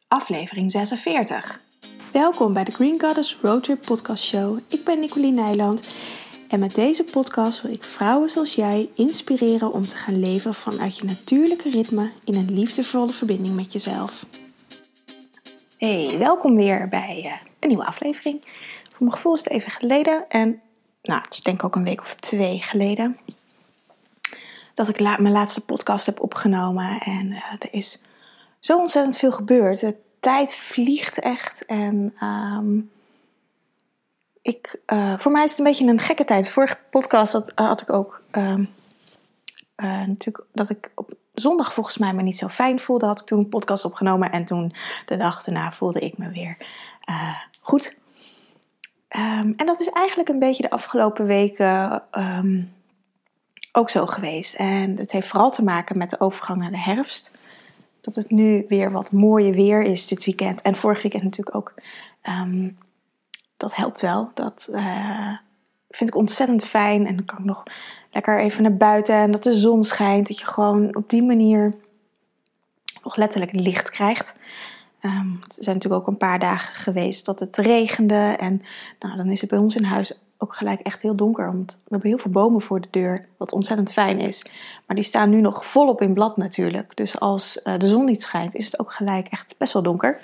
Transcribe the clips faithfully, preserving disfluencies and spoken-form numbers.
aflevering zesenveertig. Welkom bij de Green Goddess Roadtrip Podcast Show. Ik ben Nicolien Nijland en met deze podcast wil ik vrouwen zoals jij inspireren om te gaan leven vanuit je natuurlijke ritme in een liefdevolle verbinding met jezelf. Hey, welkom weer bij uh, een nieuwe aflevering. Voor mijn gevoel is het even geleden en nou, het is denk ik ook een week of twee geleden dat ik la- mijn laatste podcast heb opgenomen en uh, er is zo ontzettend veel gebeurd. De tijd vliegt echt en um, ik, uh, voor mij is het een beetje een gekke tijd. De vorige podcast had, uh, had ik ook um, uh, natuurlijk dat ik op zondag volgens mij me niet zo fijn voelde. Had ik toen een podcast opgenomen en toen de dag daarna voelde ik me weer uh, goed. Um, en dat is eigenlijk een beetje de afgelopen weken um, ook zo geweest. En het heeft vooral te maken met de overgang naar de herfst. Dat het nu weer wat mooie weer is dit weekend. En vorig weekend natuurlijk ook. Um, dat helpt wel. Dat uh, vind ik ontzettend fijn. En dan kan ik nog lekker even naar buiten. En dat de zon schijnt. Dat je gewoon op die manier nog letterlijk licht krijgt. Um, er zijn natuurlijk ook een paar dagen geweest dat het regende. En nou, dan is het bij ons in huis ook gelijk echt heel donker. Want we hebben heel veel bomen voor de deur. Wat ontzettend fijn is. Maar die staan nu nog volop in blad natuurlijk. Dus als uh, de zon niet schijnt is het ook gelijk echt best wel donker.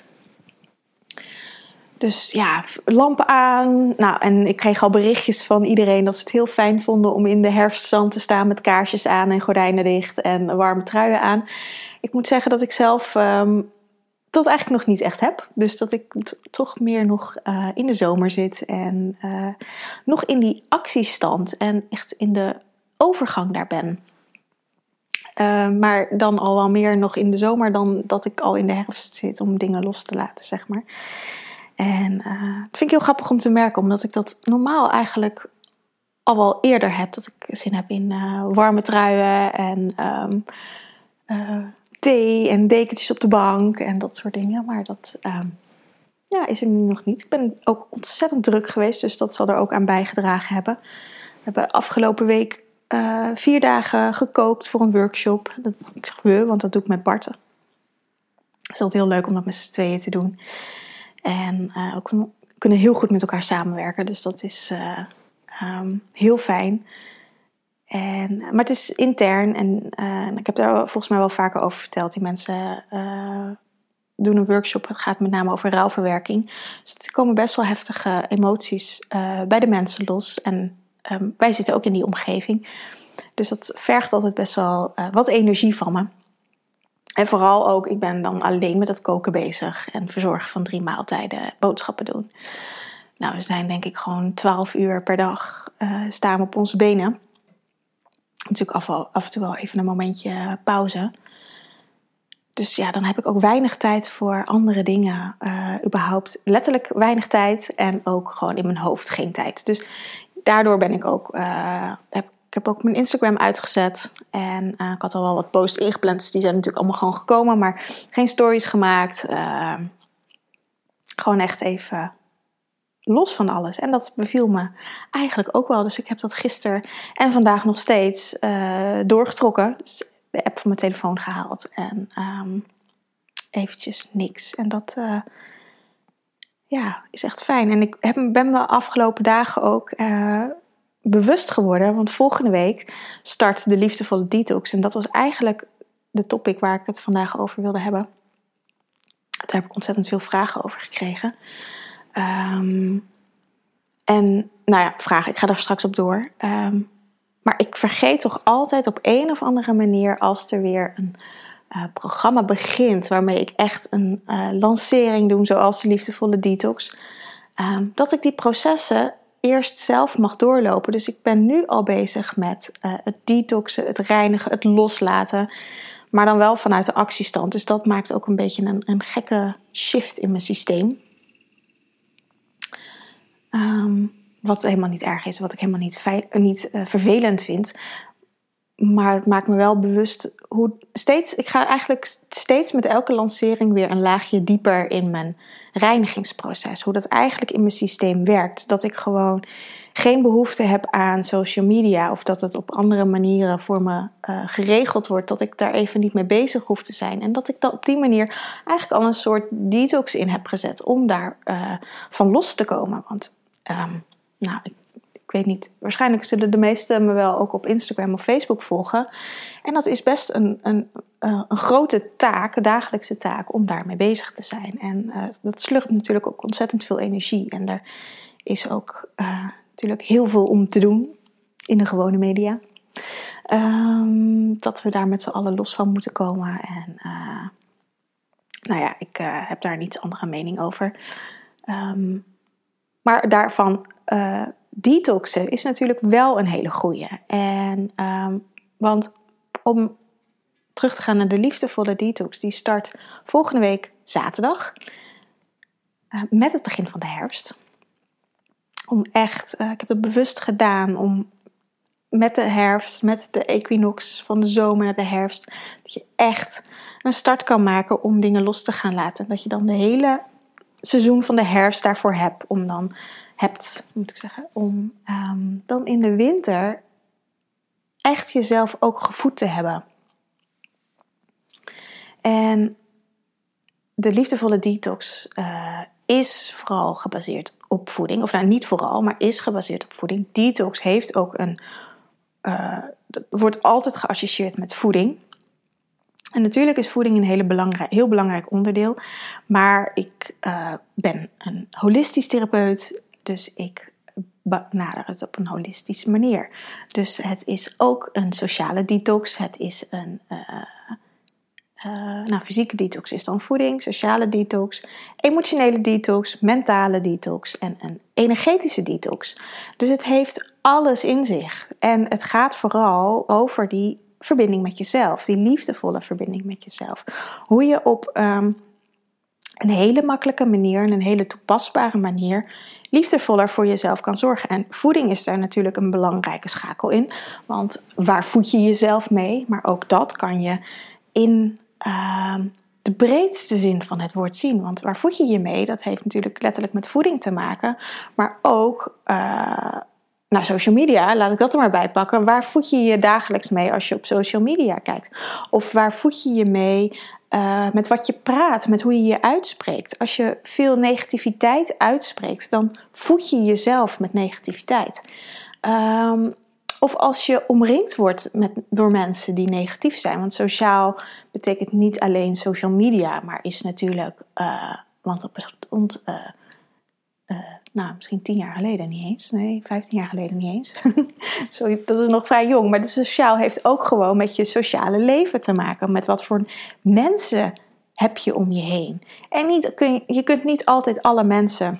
Dus ja, lampen aan. Nou, en ik kreeg al berichtjes van iedereen dat ze het heel fijn vonden om in de herfstzon te staan met kaarsjes aan en gordijnen dicht en warme truien aan. Ik moet zeggen dat ik zelf um, dat eigenlijk nog niet echt heb. Dus dat ik t- toch meer nog uh, in de zomer zit en uh, nog in die actiestand en echt in de overgang daar ben. Uh, maar dan al wel meer nog in de zomer dan dat ik al in de herfst zit om dingen los te laten, zeg maar. En uh, dat vind ik heel grappig om te merken, omdat ik dat normaal eigenlijk al wel eerder heb. Dat ik zin heb in uh, warme truien en um, uh, thee en dekentjes op de bank en dat soort dingen. Maar dat um, ja, is er nu nog niet. Ik ben ook ontzettend druk geweest, dus dat zal er ook aan bijgedragen hebben. We hebben afgelopen week uh, vier dagen gekookt voor een workshop. Dat, ik zeg we, want dat doe ik met Bart. Het is altijd heel leuk om dat met z'n tweeën te doen. En uh, ook we kunnen heel goed met elkaar samenwerken. Dus dat is uh, um, heel fijn. En, maar het is intern. En uh, ik heb daar volgens mij wel vaker over verteld. Die mensen uh, doen een workshop. Het gaat met name over rouwverwerking. Dus er komen best wel heftige emoties uh, bij de mensen los. En um, wij zitten ook in die omgeving. Dus dat vergt altijd best wel uh, wat energie van me. En vooral ook, ik ben dan alleen met het koken bezig en verzorgen van drie maaltijden, boodschappen doen. Nou, we zijn denk ik gewoon twaalf uur per dag uh, staan we op onze benen. Natuurlijk af, af en toe wel even een momentje pauze. Dus ja, dan heb ik ook weinig tijd voor andere dingen. Uh, überhaupt letterlijk weinig tijd en ook gewoon in mijn hoofd geen tijd. Dus daardoor ben ik ook... Uh, heb Ik heb ook mijn Instagram uitgezet en uh, ik had al wel wat posts ingepland, dus die zijn natuurlijk allemaal gewoon gekomen, maar geen stories gemaakt. Uh, gewoon echt even los van alles. En dat beviel me eigenlijk ook wel, dus ik heb dat gisteren en vandaag nog steeds uh, doorgetrokken. Dus de app van mijn telefoon gehaald en um, eventjes niks. En dat uh, ja, is echt fijn. En ik heb, ben me afgelopen dagen ook... Uh, bewust geworden, want volgende week start de liefdevolle detox. En dat was eigenlijk de topic waar ik het vandaag over wilde hebben. Daar heb ik ontzettend veel vragen over gekregen. Um, en nou ja, vragen, ik ga daar straks op door. Um, maar ik vergeet toch altijd op een of andere manier als er weer een uh, programma begint waarmee ik echt een uh, lancering doe, zoals de liefdevolle detox, um, dat ik die processen eerst zelf mag doorlopen. Dus ik ben nu al bezig met uh, het detoxen, het reinigen, het loslaten. Maar dan wel vanuit de actiestand. Dus dat maakt ook een beetje een, een gekke shift in mijn systeem. Um, wat helemaal niet erg is. Wat ik helemaal niet, fijn, niet uh, vervelend vind. maar het maakt me wel bewust hoe steeds... Ik ga eigenlijk steeds met elke lancering weer een laagje dieper in mijn reinigingsproces. Hoe dat eigenlijk in mijn systeem werkt. Dat ik gewoon geen behoefte heb aan social media. Of dat het op andere manieren voor me uh, geregeld wordt. Dat ik daar even niet mee bezig hoef te zijn. En dat ik dan op die manier eigenlijk al een soort detox in heb gezet. Om daar uh, van los te komen. Want um, nou, ik, ik weet niet. Waarschijnlijk zullen de meesten me wel ook op Instagram of Facebook volgen. En dat is best een, een, uh, een grote taak. Een dagelijkse taak om daarmee bezig te zijn. En uh, dat slurpt natuurlijk ook ontzettend veel energie. En er is ook... Uh, natuurlijk heel veel om te doen in de gewone media. Um, dat we daar met z'n allen los van moeten komen. En uh, nou ja, ik uh, heb daar een iets andere mening over. Um, maar daarvan uh, detoxen is natuurlijk wel een hele goeie. En, um, want om terug te gaan naar de liefdevolle detox, die start volgende week zaterdag. Uh, met het begin van de herfst. Om echt, uh, ik heb het bewust gedaan om met de herfst, met de equinox van de zomer naar de herfst, dat je echt een start kan maken om dingen los te gaan laten. Dat je dan de hele seizoen van de herfst daarvoor hebt, om dan hebt, moet ik zeggen, om um, dan in de winter echt jezelf ook gevoed te hebben. En de liefdevolle detox uh, is vooral gebaseerd op voeding. Of nou, niet vooral, maar is gebaseerd op voeding. Detox heeft ook een... Uh, wordt altijd geassocieerd met voeding. En natuurlijk is voeding een hele belangrijk, heel belangrijk onderdeel. Maar ik uh, ben een holistisch therapeut. Dus ik benader het op een holistische manier. Dus het is ook een sociale detox. Het is een... Uh, Uh, nou, fysieke detox is dan voeding, sociale detox, emotionele detox, mentale detox en een energetische detox. Dus het heeft alles in zich. En het gaat vooral over die verbinding met jezelf, die liefdevolle verbinding met jezelf. Hoe je op um, een hele makkelijke manier en een hele toepasbare manier liefdevoller voor jezelf kan zorgen. En voeding is daar natuurlijk een belangrijke schakel in. Want waar voed je jezelf mee? Maar ook dat kan je in Uh, de breedste zin van het woord zien. Want waar voed je je mee? Dat heeft natuurlijk letterlijk met voeding te maken. Maar ook uh, naar social media, laat ik dat er maar bij pakken. Waar voed je je dagelijks mee als je op social media kijkt? Of waar voed je je mee uh, met wat je praat, met hoe je je uitspreekt? Als je veel negativiteit uitspreekt, dan voed je jezelf met negativiteit. Um, Of als je omringd wordt met, door mensen die negatief zijn. Want sociaal betekent niet alleen social media, maar is natuurlijk... Uh, want dat bestond, uh, uh, nou, misschien tien jaar geleden niet eens. Nee, vijftien jaar geleden niet eens. Sorry, dat is nog vrij jong. Maar de sociaal heeft ook gewoon met je sociale leven te maken. Met wat voor mensen heb je om je heen. En niet, kun je, je kunt niet altijd alle mensen...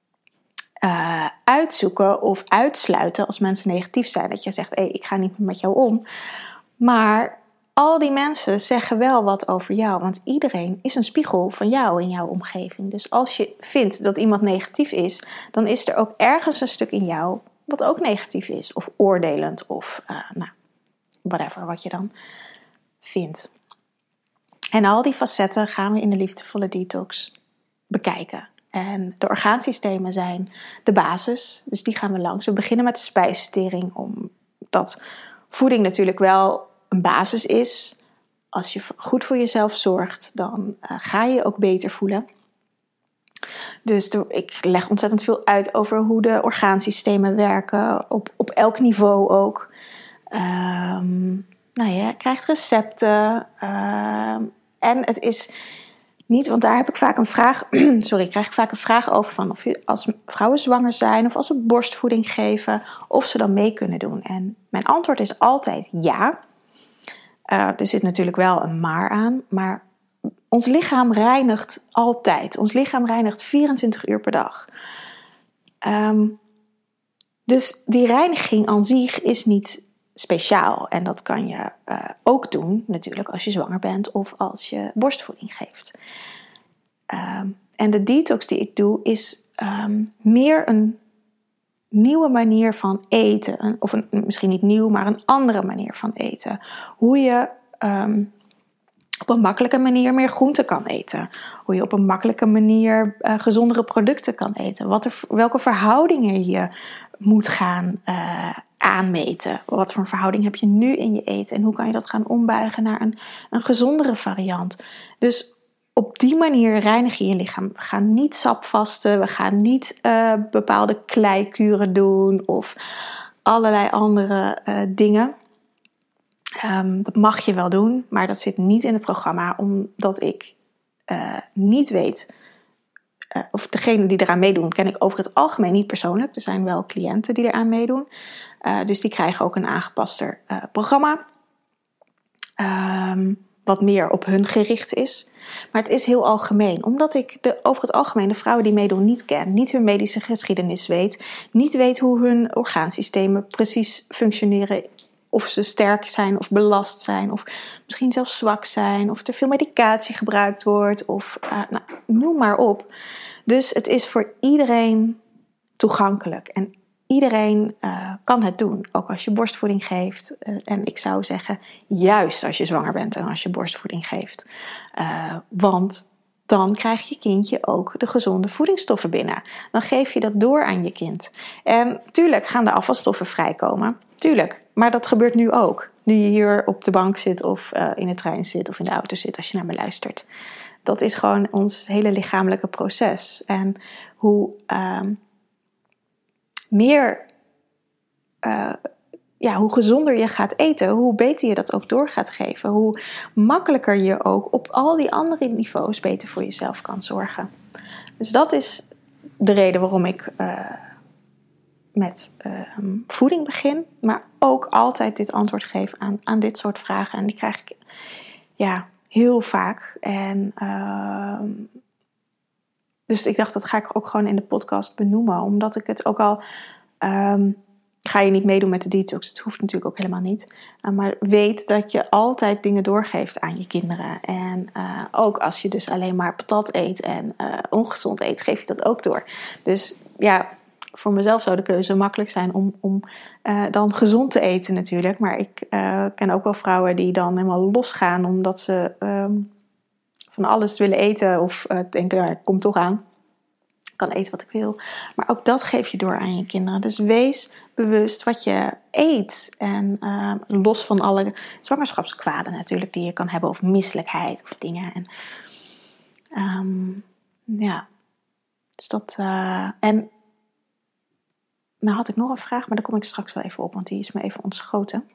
Uh, uitzoeken of uitsluiten als mensen negatief zijn. Dat je zegt, hé, hey, ik ga niet meer met jou om. Maar al die mensen zeggen wel wat over jou. Want iedereen is een spiegel van jou in jouw omgeving. Dus als je vindt dat iemand negatief is, dan is er ook ergens een stuk in jou wat ook negatief is. Of oordelend of uh, nou, whatever wat je dan vindt. En al die facetten gaan we in de liefdevolle detox bekijken. En de orgaansystemen zijn de basis, dus die gaan we langs. We beginnen met de spijsvertering, omdat voeding natuurlijk wel een basis is. Als je goed voor jezelf zorgt, dan uh, ga je je ook beter voelen. Dus er, ik leg ontzettend veel uit over hoe de orgaansystemen werken, op, op elk niveau ook. Um, nou ja, je krijgt recepten uh, en het is... Niet, want daar heb ik vaak een vraag, sorry, krijg ik vaak een vraag over van of je als vrouwen zwanger zijn of als ze borstvoeding geven, of ze dan mee kunnen doen. En mijn antwoord is altijd ja. Uh, er zit natuurlijk wel een maar aan, maar ons lichaam reinigt altijd. Ons lichaam reinigt vierentwintig uur per dag. Um, dus die reiniging aan zich is niet speciaal. En dat kan je uh, ook doen natuurlijk als je zwanger bent of als je borstvoeding geeft. Um, en de detox die ik doe is um, meer een nieuwe manier van eten. Of een, misschien niet nieuw, maar een andere manier van eten. Hoe je um, op een makkelijke manier meer groente kan eten. Hoe je op een makkelijke manier uh, gezondere producten kan eten. Wat er, welke verhoudingen je moet gaan uh, aanmeten. Wat voor een verhouding heb je nu in je eten? En hoe kan je dat gaan ombuigen naar een, een gezondere variant? Dus op die manier reinig je je lichaam. We gaan niet sapvasten. We gaan niet uh, bepaalde kleikuren doen. Of allerlei andere uh, dingen. Um, dat mag je wel doen. Maar dat zit niet in het programma. Omdat ik uh, niet weet... Uh, of degene die eraan meedoen, ken ik over het algemeen niet persoonlijk. Er zijn wel cliënten die eraan meedoen. Uh, dus die krijgen ook een aangepaster uh, programma. Um, wat meer op hun gericht is. Maar het is heel algemeen. Omdat ik de, over het algemeen de vrouwen die meedoen niet ken. Niet hun medische geschiedenis weet. Niet weet hoe hun orgaansystemen precies functioneren. Of ze sterk zijn of belast zijn. Of misschien zelfs zwak zijn. Of er veel medicatie gebruikt wordt. Of uh, nou, noem maar op. Dus het is voor iedereen toegankelijk. En iedereen uh, kan het doen. Ook als je borstvoeding geeft. Uh, en ik zou zeggen, juist als je zwanger bent en als je borstvoeding geeft. Uh, want dan krijgt je kindje ook de gezonde voedingsstoffen binnen. Dan geef je dat door aan je kind. En tuurlijk gaan de afvalstoffen vrijkomen. Tuurlijk. Maar dat gebeurt nu ook. Nu je hier op de bank zit of uh, in de trein zit of in de auto zit als je naar me luistert. Dat is gewoon ons hele lichamelijke proces. En hoe... Uh, meer, uh, ja, hoe gezonder je gaat eten, hoe beter je dat ook door gaat geven. Hoe makkelijker je ook op al die andere niveaus beter voor jezelf kan zorgen. Dus dat is de reden waarom ik uh, met uh, voeding begin. Maar ook altijd dit antwoord geef aan, aan dit soort vragen. En die krijg ik ja, heel vaak. En... Uh, Dus ik dacht, dat ga ik ook gewoon in de podcast benoemen. Omdat ik het ook al... Um, ga je niet meedoen met de detox. Het hoeft natuurlijk ook helemaal niet. Uh, maar weet dat je altijd dingen doorgeeft aan je kinderen. En uh, ook als je dus alleen maar patat eet en uh, ongezond eet, geef je dat ook door. Dus ja, voor mezelf zou de keuze makkelijk zijn om, om uh, dan gezond te eten natuurlijk. Maar ik uh, ken ook wel vrouwen die dan helemaal losgaan omdat ze... Um, van alles willen eten of uh, denken, nou, ik kom toch aan. Ik kan eten wat ik wil. Maar ook dat geef je door aan je kinderen. Dus wees bewust wat je eet. En uh, los van alle zwangerschapskwaden natuurlijk die je kan hebben. Of misselijkheid of dingen. En, um, ja. Dus dat... Uh, en... Nou had ik nog een vraag, maar daar kom ik straks wel even op. Want die is me even ontschoten.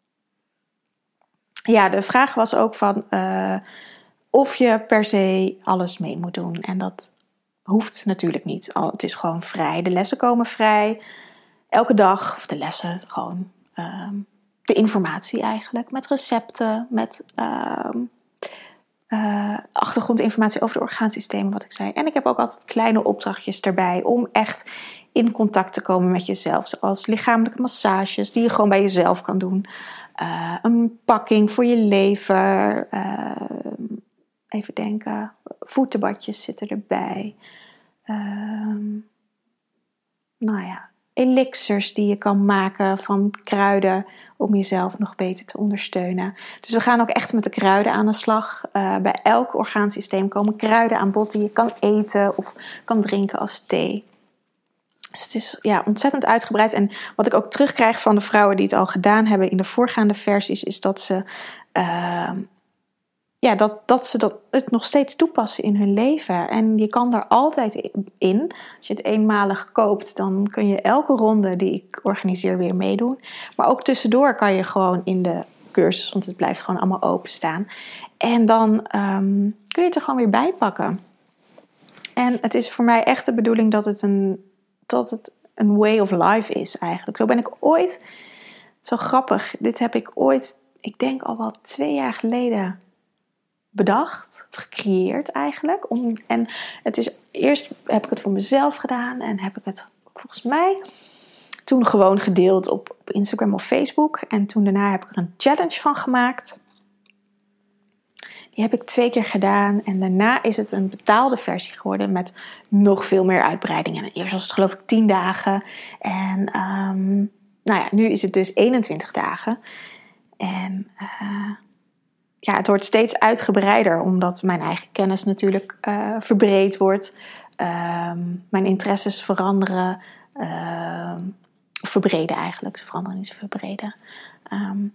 Ja, de vraag was ook van... Uh, Of je per se alles mee moet doen. En dat hoeft natuurlijk niet. Het is gewoon vrij. De lessen komen vrij. Elke dag. Of de lessen gewoon. Um, de informatie eigenlijk. Met recepten. Met um, uh, achtergrondinformatie over de orgaansystemen. Wat ik zei. En ik heb ook altijd kleine opdrachtjes erbij. Om echt in contact te komen met jezelf. Zoals lichamelijke massages. Die je gewoon bij jezelf kan doen. Uh, een pakking voor je lever. Uh, Even denken, voetenbadjes zitten erbij. Um, nou ja, elixirs die je kan maken van kruiden om jezelf nog beter te ondersteunen. Dus we gaan ook echt met de kruiden aan de slag. Uh, bij elk orgaansysteem komen kruiden aan bod die je kan eten of kan drinken als thee. Dus het is ja, ontzettend uitgebreid. En wat ik ook terugkrijg van de vrouwen die het al gedaan hebben in de voorgaande versies, is dat ze... Uh, Ja, dat, dat ze dat, het nog steeds toepassen in hun leven. En je kan daar altijd in. Als je het eenmalig koopt, dan kun je elke ronde die ik organiseer weer meedoen. Maar ook tussendoor kan je gewoon in de cursus, want het blijft gewoon allemaal openstaan. En dan um, kun je het er gewoon weer bij pakken. En het is voor mij echt de bedoeling dat het een, dat het een way of life is eigenlijk. Zo ben ik ooit, zo grappig, dit heb ik ooit, ik denk al wel twee jaar geleden... bedacht, of gecreëerd eigenlijk. Om, en het is, eerst heb ik het voor mezelf gedaan en heb ik het volgens mij toen gewoon gedeeld op, op Instagram of Facebook. En toen daarna heb ik er een challenge van gemaakt. Die Die heb ik twee keer gedaan en daarna is het een betaalde versie geworden met nog veel meer uitbreidingen. Eerst was het geloof ik tien dagen en um, nou ja, nu is het dus eenentwintig dagen. En uh, ja, het wordt steeds uitgebreider omdat mijn eigen kennis natuurlijk uh, verbreed wordt. Um, mijn interesses veranderen, uh, verbreden eigenlijk. Ze veranderen niet, ze verbreden. Um,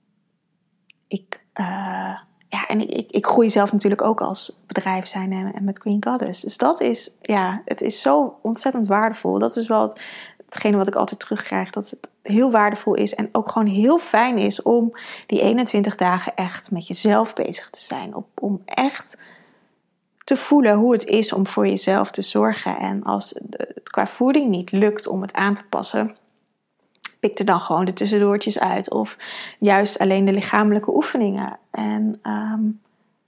ik... Uh, Ja, en ik, ik groei zelf natuurlijk ook als bedrijf zijn en, en met Green Goddess. Dus dat is, ja, het is zo ontzettend waardevol. Dat is wel het, hetgene wat ik altijd terugkrijg. Dat het heel waardevol is en ook gewoon heel fijn is om die eenentwintig dagen echt met jezelf bezig te zijn. Om, om echt te voelen hoe het is om voor jezelf te zorgen. En als het qua voeding niet lukt om het aan te passen, pik er dan gewoon de tussendoortjes uit. Of juist alleen de lichamelijke oefeningen. En um,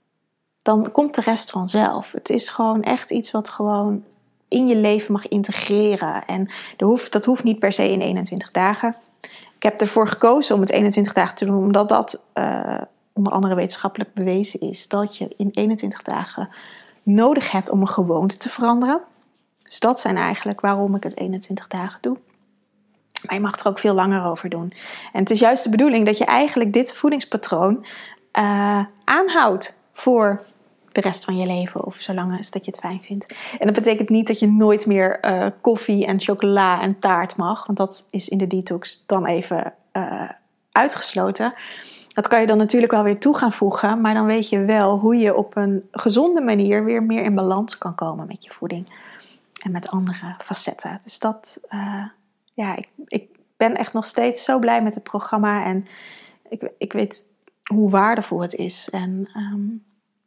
dan komt de rest vanzelf. Het is gewoon echt iets wat gewoon in je leven mag integreren. En er hoeft, dat hoeft niet per se in eenentwintig dagen. Ik heb ervoor gekozen om het eenentwintig dagen te doen. Omdat dat uh, onder andere wetenschappelijk bewezen is. Dat je in eenentwintig dagen nodig hebt om een gewoonte te veranderen. Dus dat zijn eigenlijk waarom ik het eenentwintig dagen doe. Maar je mag er ook veel langer over doen. En het is juist de bedoeling dat je eigenlijk dit voedingspatroon uh, aanhoudt voor de rest van je leven. Of zolang als dat je het fijn vindt. En dat betekent niet dat je nooit meer uh, koffie en chocola en taart mag. Want dat is in de detox dan even uh, uitgesloten. Dat kan je dan natuurlijk wel weer toe gaan voegen. Maar dan weet je wel hoe je op een gezonde manier weer meer in balans kan komen met je voeding. En met andere facetten. Dus dat... Uh, Ja, ik, ik ben echt nog steeds zo blij met het programma. En ik, ik weet hoe waardevol het is. En um,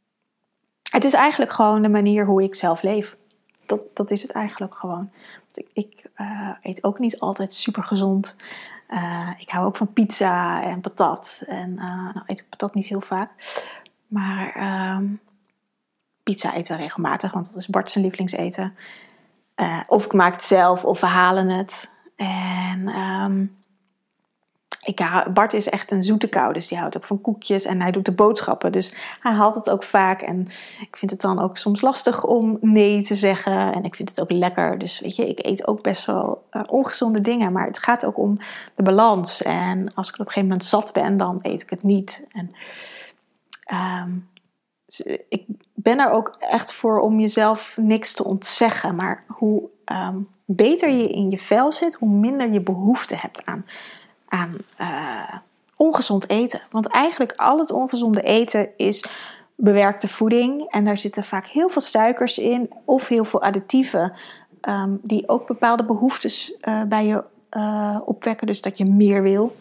het is eigenlijk gewoon de manier hoe ik zelf leef. Dat, dat is het eigenlijk gewoon. Want ik ik uh, eet ook niet altijd super gezond. Uh, ik hou ook van pizza en patat. En uh, nou eet ik patat niet heel vaak. Maar um, pizza eet wel regelmatig. Want dat is Bart zijn lievelingseten. Uh, of ik maak het zelf of we halen het. En um, ik, Bart is echt een zoete kou, dus die houdt ook van koekjes en hij doet de boodschappen. Dus hij haalt het ook vaak en ik vind het dan ook soms lastig om nee te zeggen. En ik vind het ook lekker, dus weet je, ik eet ook best wel uh, ongezonde dingen. Maar het gaat ook om de balans. En als ik op een gegeven moment zat ben, dan eet ik het niet. En um, ik ben er ook echt voor om jezelf niks te ontzeggen. Maar hoe um, beter je in je vel zit, hoe minder je behoefte hebt aan, aan uh, ongezond eten. Want eigenlijk al het ongezonde eten is bewerkte voeding. En daar zitten vaak heel veel suikers in of heel veel additieven. Um, die ook bepaalde behoeftes uh, bij je uh, opwekken. Dus dat je meer wil.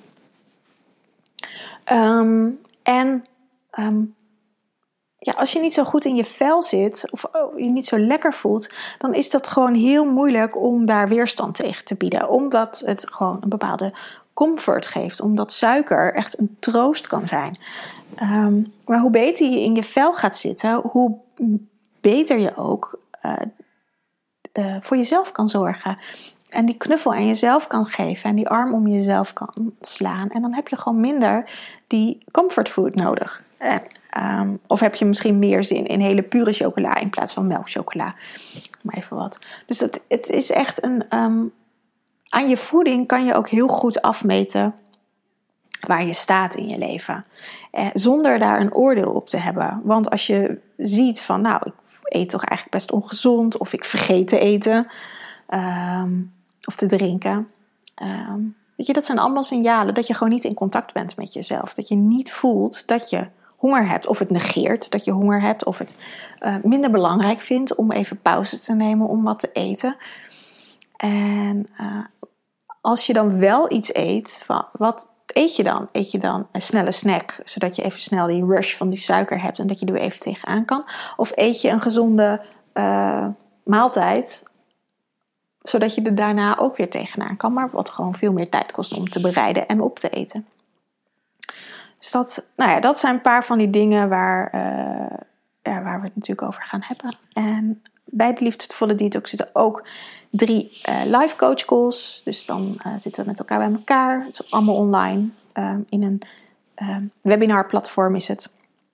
Um, en... Um, Ja, als je niet zo goed in je vel zit of oh, je niet zo lekker voelt, dan is dat gewoon heel moeilijk om daar weerstand tegen te bieden. Omdat het gewoon een bepaalde comfort geeft. Omdat suiker echt een troost kan zijn. Um, maar hoe beter je in je vel gaat zitten, hoe beter je ook uh, uh, voor jezelf kan zorgen. En die knuffel aan jezelf kan geven en die arm om jezelf kan slaan. En dan heb je gewoon minder die comfortfood nodig. En, um, of heb je misschien meer zin in hele pure chocola in plaats van melkchocola. Maar even wat. Dus dat, het is echt een... Um, aan je voeding kan je ook heel goed afmeten waar je staat in je leven. Eh, zonder daar een oordeel op te hebben. Want als je ziet van, nou, ik eet toch eigenlijk best ongezond. Of ik vergeet te eten. Um, of te drinken. Um, weet je, dat zijn allemaal signalen dat je gewoon niet in contact bent met jezelf. Dat je niet voelt dat je honger hebt. Of het negeert dat je honger hebt. Of het uh, minder belangrijk vindt om even pauze te nemen om wat te eten. En uh, als je dan wel iets eet, wat eet je dan? Eet je dan een snelle snack, zodat je even snel die rush van die suiker hebt en dat je er weer even tegenaan kan? Of eet je een gezonde uh, maaltijd, zodat je er daarna ook weer tegenaan kan, maar wat gewoon veel meer tijd kost om te bereiden en op te eten? Dus dat, nou ja, dat zijn een paar van die dingen waar, uh, ja, waar we het natuurlijk over gaan hebben. En bij de Liefdevolle Detox zitten ook drie uh, live coach calls. Dus dan uh, zitten we met elkaar bij elkaar. Het is allemaal online. Um, in een um, webinar platform is het.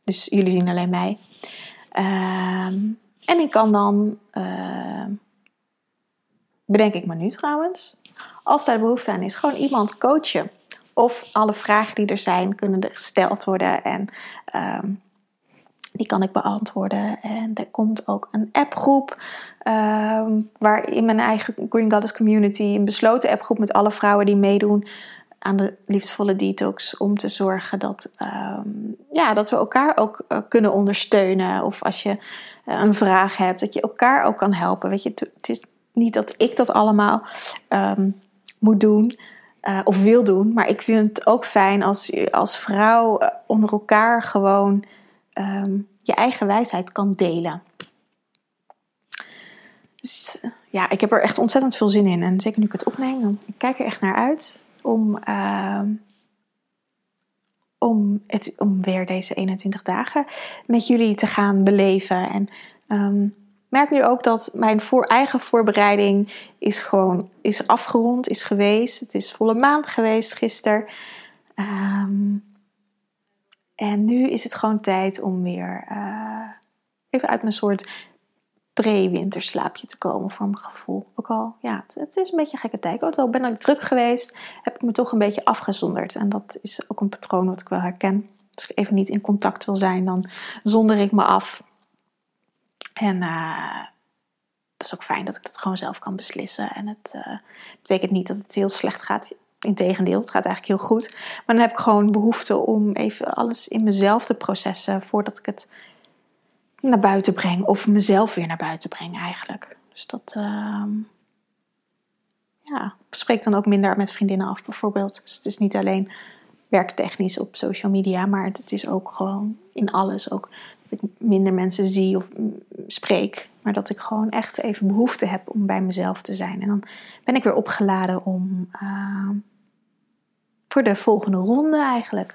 Dus jullie zien alleen mij. Um, en ik kan dan, uh, bedenk ik me nu trouwens, als daar behoefte aan is, gewoon iemand coachen. Of alle vragen die er zijn, kunnen er gesteld worden en um, die kan ik beantwoorden. En er komt ook een appgroep, um, waar in mijn eigen Green Goddess Community, een besloten appgroep met alle vrouwen die meedoen aan de liefdevolle detox, om te zorgen dat, um, ja, dat we elkaar ook uh, kunnen ondersteunen. Of als je uh, een vraag hebt, dat je elkaar ook kan helpen. Weet je, het is niet dat ik dat allemaal um, moet doen uh, of wil doen, maar ik vind het ook fijn als je als vrouw uh, onder elkaar gewoon um, je eigen wijsheid kan delen. Dus ja, ik heb er echt ontzettend veel zin in. En zeker nu ik het opneem, dan ik kijk er echt naar uit om, uh, om, het, om weer deze eenentwintig dagen met jullie te gaan beleven. En um, merk nu ook dat mijn voor, eigen voorbereiding is gewoon is afgerond, is geweest. Het is volle maan geweest gisteren. Um, en nu is het gewoon tijd om weer uh, even uit mijn soort pre-winterslaapje te komen voor mijn gevoel. Ook al, ja, het, het is een beetje een gekke tijd. Ook al ben ik druk geweest, heb ik me toch een beetje afgezonderd. En dat is ook een patroon wat ik wel herken. Als ik even niet in contact wil zijn, dan zonder ik me af. En uh, het is ook fijn dat ik dat gewoon zelf kan beslissen. En het uh, betekent niet dat het heel slecht gaat. Integendeel, het gaat eigenlijk heel goed. Maar dan heb ik gewoon behoefte om even alles in mezelf te processen voordat ik het naar buiten breng. Of mezelf weer naar buiten breng eigenlijk. Dus dat uh, ja, spreek dan ook minder met vriendinnen af bijvoorbeeld. Dus het is niet alleen werktechnisch op social media, maar het is ook gewoon in alles. Ook dat ik minder mensen zie of spreek. Maar dat ik gewoon echt even behoefte heb om bij mezelf te zijn. En dan ben ik weer opgeladen om uh, voor de volgende ronde eigenlijk.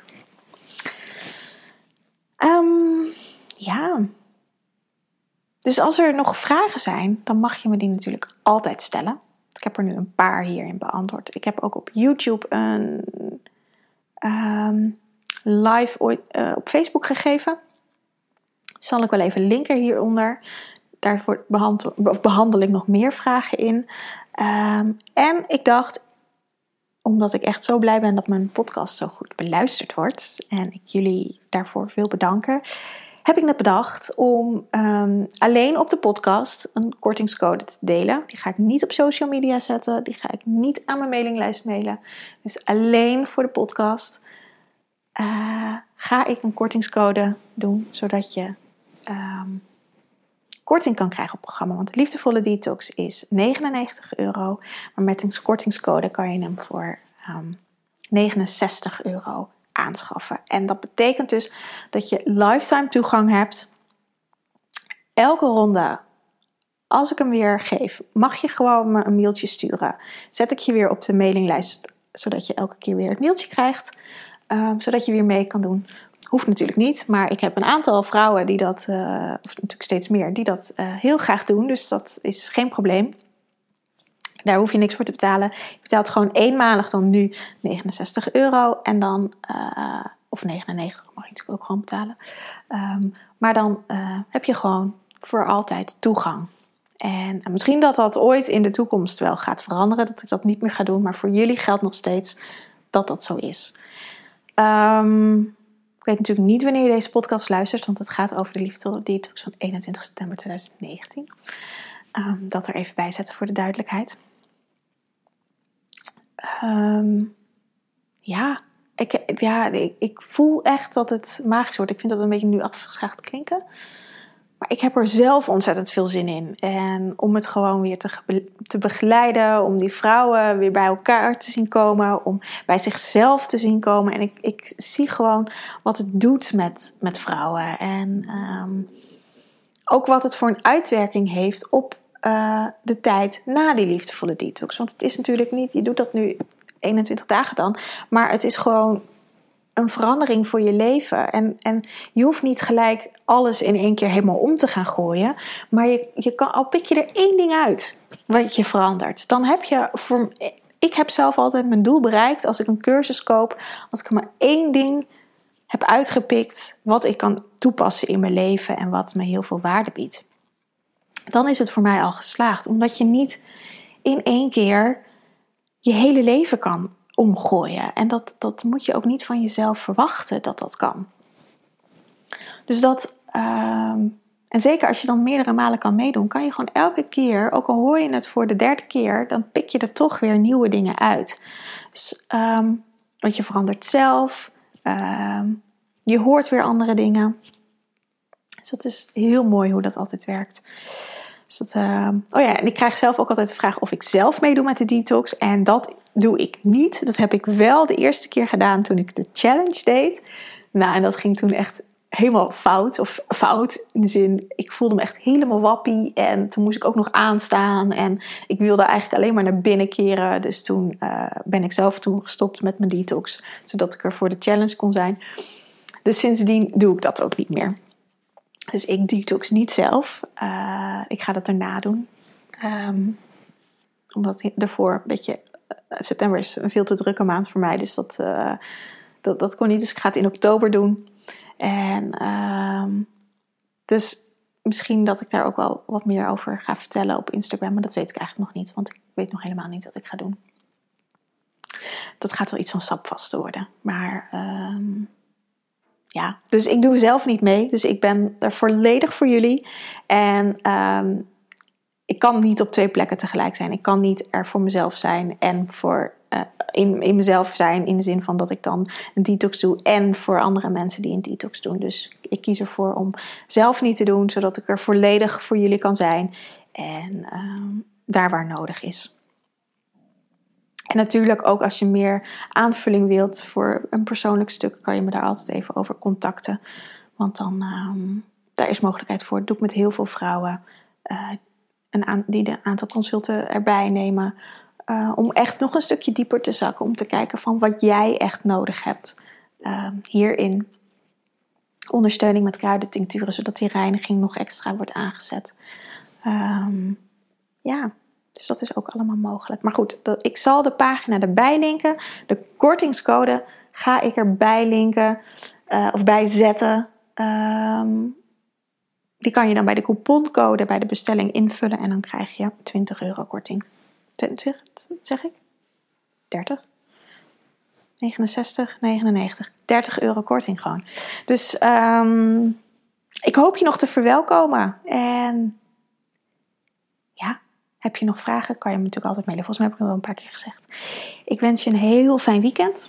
Um, ja. Dus als er nog vragen zijn, dan mag je me die natuurlijk altijd stellen. Ik heb er nu een paar hierin beantwoord. Ik heb ook op YouTube een um, live ooit, uh, op Facebook gegeven. Zal ik wel even linken hieronder. Daarvoor behandel, of behandel ik nog meer vragen in. Um, en ik dacht, omdat ik echt zo blij ben dat mijn podcast zo goed beluisterd wordt, en ik jullie daarvoor wil bedanken, heb ik net bedacht om um, alleen op de podcast een kortingscode te delen. Die ga ik niet op social media zetten. Die ga ik niet aan mijn mailinglijst mailen. Dus alleen voor de podcast uh, ga ik een kortingscode doen, zodat je um, korting kan krijgen op het programma. Want de liefdevolle detox is negenennegentig euro. Maar met een kortingscode kan je hem voor um, negenenzestig euro aanschaffen. En dat betekent dus dat je lifetime toegang hebt. Elke ronde, als ik hem weer geef, mag je gewoon me een mailtje sturen. Zet ik je weer op de mailinglijst, zodat je elke keer weer het mailtje krijgt. Um, zodat je weer mee kan doen. Hoeft natuurlijk niet, maar ik heb een aantal vrouwen die dat, uh, of natuurlijk steeds meer, die dat uh, heel graag doen. Dus dat is geen probleem. Daar hoef je niks voor te betalen. Je betaalt gewoon eenmalig dan nu negenenzestig euro. En dan, uh, of negenennegentig mag je natuurlijk ook gewoon betalen. Um, maar dan uh, heb je gewoon voor altijd toegang. En uh, misschien dat dat ooit in de toekomst wel gaat veranderen. Dat ik dat niet meer ga doen. Maar voor jullie geldt nog steeds dat dat zo is. Um, ik weet natuurlijk niet wanneer je deze podcast luistert. Want het gaat over de liefdevolle detox van eenentwintig september tweeduizend negentien. Um, dat er even bij zetten voor de duidelijkheid. Um, ja, ik, ja ik, ik voel echt dat het magisch wordt. Ik vind dat een beetje nu afgeschaagd klinken. Maar ik heb er zelf ontzettend veel zin in. En om het gewoon weer te, te begeleiden. Om die vrouwen weer bij elkaar te zien komen. Om bij zichzelf te zien komen. En ik, ik zie gewoon wat het doet met, met vrouwen. En um, ook wat het voor een uitwerking heeft op Uh, de tijd na die liefdevolle detox. Want het is natuurlijk niet, je doet dat nu eenentwintig dagen dan, maar het is gewoon een verandering voor je leven. En, en je hoeft niet gelijk alles in één keer helemaal om te gaan gooien, maar je, je kan, al pik je er één ding uit wat je verandert. Dan heb je, voor, ik heb zelf altijd mijn doel bereikt als ik een cursus koop, als ik er maar één ding heb uitgepikt wat ik kan toepassen in mijn leven en wat me heel veel waarde biedt. Dan is het voor mij al geslaagd. Omdat je niet in één keer je hele leven kan omgooien. En dat, dat moet je ook niet van jezelf verwachten dat dat kan. Dus dat, um, en zeker als je dan meerdere malen kan meedoen, kan je gewoon elke keer, ook al hoor je het voor de derde keer, dan pik je er toch weer nieuwe dingen uit. Dus, um, want je verandert zelf, um, je hoort weer andere dingen. Dus dat is heel mooi hoe dat altijd werkt. Dus dat, uh, oh ja, en ik krijg zelf ook altijd de vraag of ik zelf meedoe met de detox. En dat doe ik niet. Dat heb ik wel de eerste keer gedaan toen ik de challenge deed. Nou, en dat ging toen echt helemaal fout. Of fout in de zin, ik voelde me echt helemaal wappie. En toen moest ik ook nog aanstaan. En ik wilde eigenlijk alleen maar naar binnen keren. Dus toen uh, ben ik zelf toen gestopt met mijn detox. Zodat ik er voor de challenge kon zijn. Dus sindsdien doe ik dat ook niet meer. Dus ik detox niet zelf. Uh, ik ga dat daarna doen. Um, omdat daarvoor een beetje... Uh, september is een veel te drukke maand voor mij. Dus dat, uh, dat, dat kon niet. Dus ik ga het in oktober doen. En um, dus misschien dat ik daar ook wel wat meer over ga vertellen op Instagram. Maar dat weet ik eigenlijk nog niet. Want ik weet nog helemaal niet wat ik ga doen. Dat gaat wel iets van sapvasten worden. Maar... Um, Ja, dus ik doe zelf niet mee. Dus ik ben er volledig voor jullie. En um, ik kan niet op twee plekken tegelijk zijn. Ik kan niet er voor mezelf zijn en voor, uh, in, in mezelf zijn. In de zin van dat ik dan een detox doe. En voor andere mensen die een detox doen. Dus ik kies ervoor om zelf niet te doen. Zodat ik er volledig voor jullie kan zijn. En um, daar waar nodig is. En natuurlijk ook als je meer aanvulling wilt voor een persoonlijk stuk, kan je me daar altijd even over contacten. Want dan, um, daar is mogelijkheid voor. Dat doe ik met heel veel vrouwen. Uh, een aan, die een aantal consulten erbij nemen. Uh, om echt nog een stukje dieper te zakken. Om te kijken van wat jij echt nodig hebt uh, hierin. Ondersteuning met kruidentincturen, zodat die reiniging nog extra wordt aangezet. Um, ja... Dus dat is ook allemaal mogelijk. Maar goed, dat, ik zal de pagina erbij linken. De kortingscode ga ik erbij linken. Uh, of bijzetten. Um, die kan je dan bij de couponcode bij de bestelling invullen. En dan krijg je twintig euro korting. twintig, zeg ik? dertig? negenenzestig, negenennegentig. dertig euro korting gewoon. Dus um, ik hoop je nog te verwelkomen. En ja... Heb je nog vragen, kan je me natuurlijk altijd mailen. Volgens mij heb ik het al een paar keer gezegd. Ik wens je een heel fijn weekend.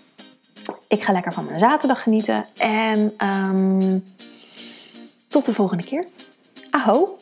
Ik ga lekker van mijn zaterdag genieten. En um, tot de volgende keer. Aho!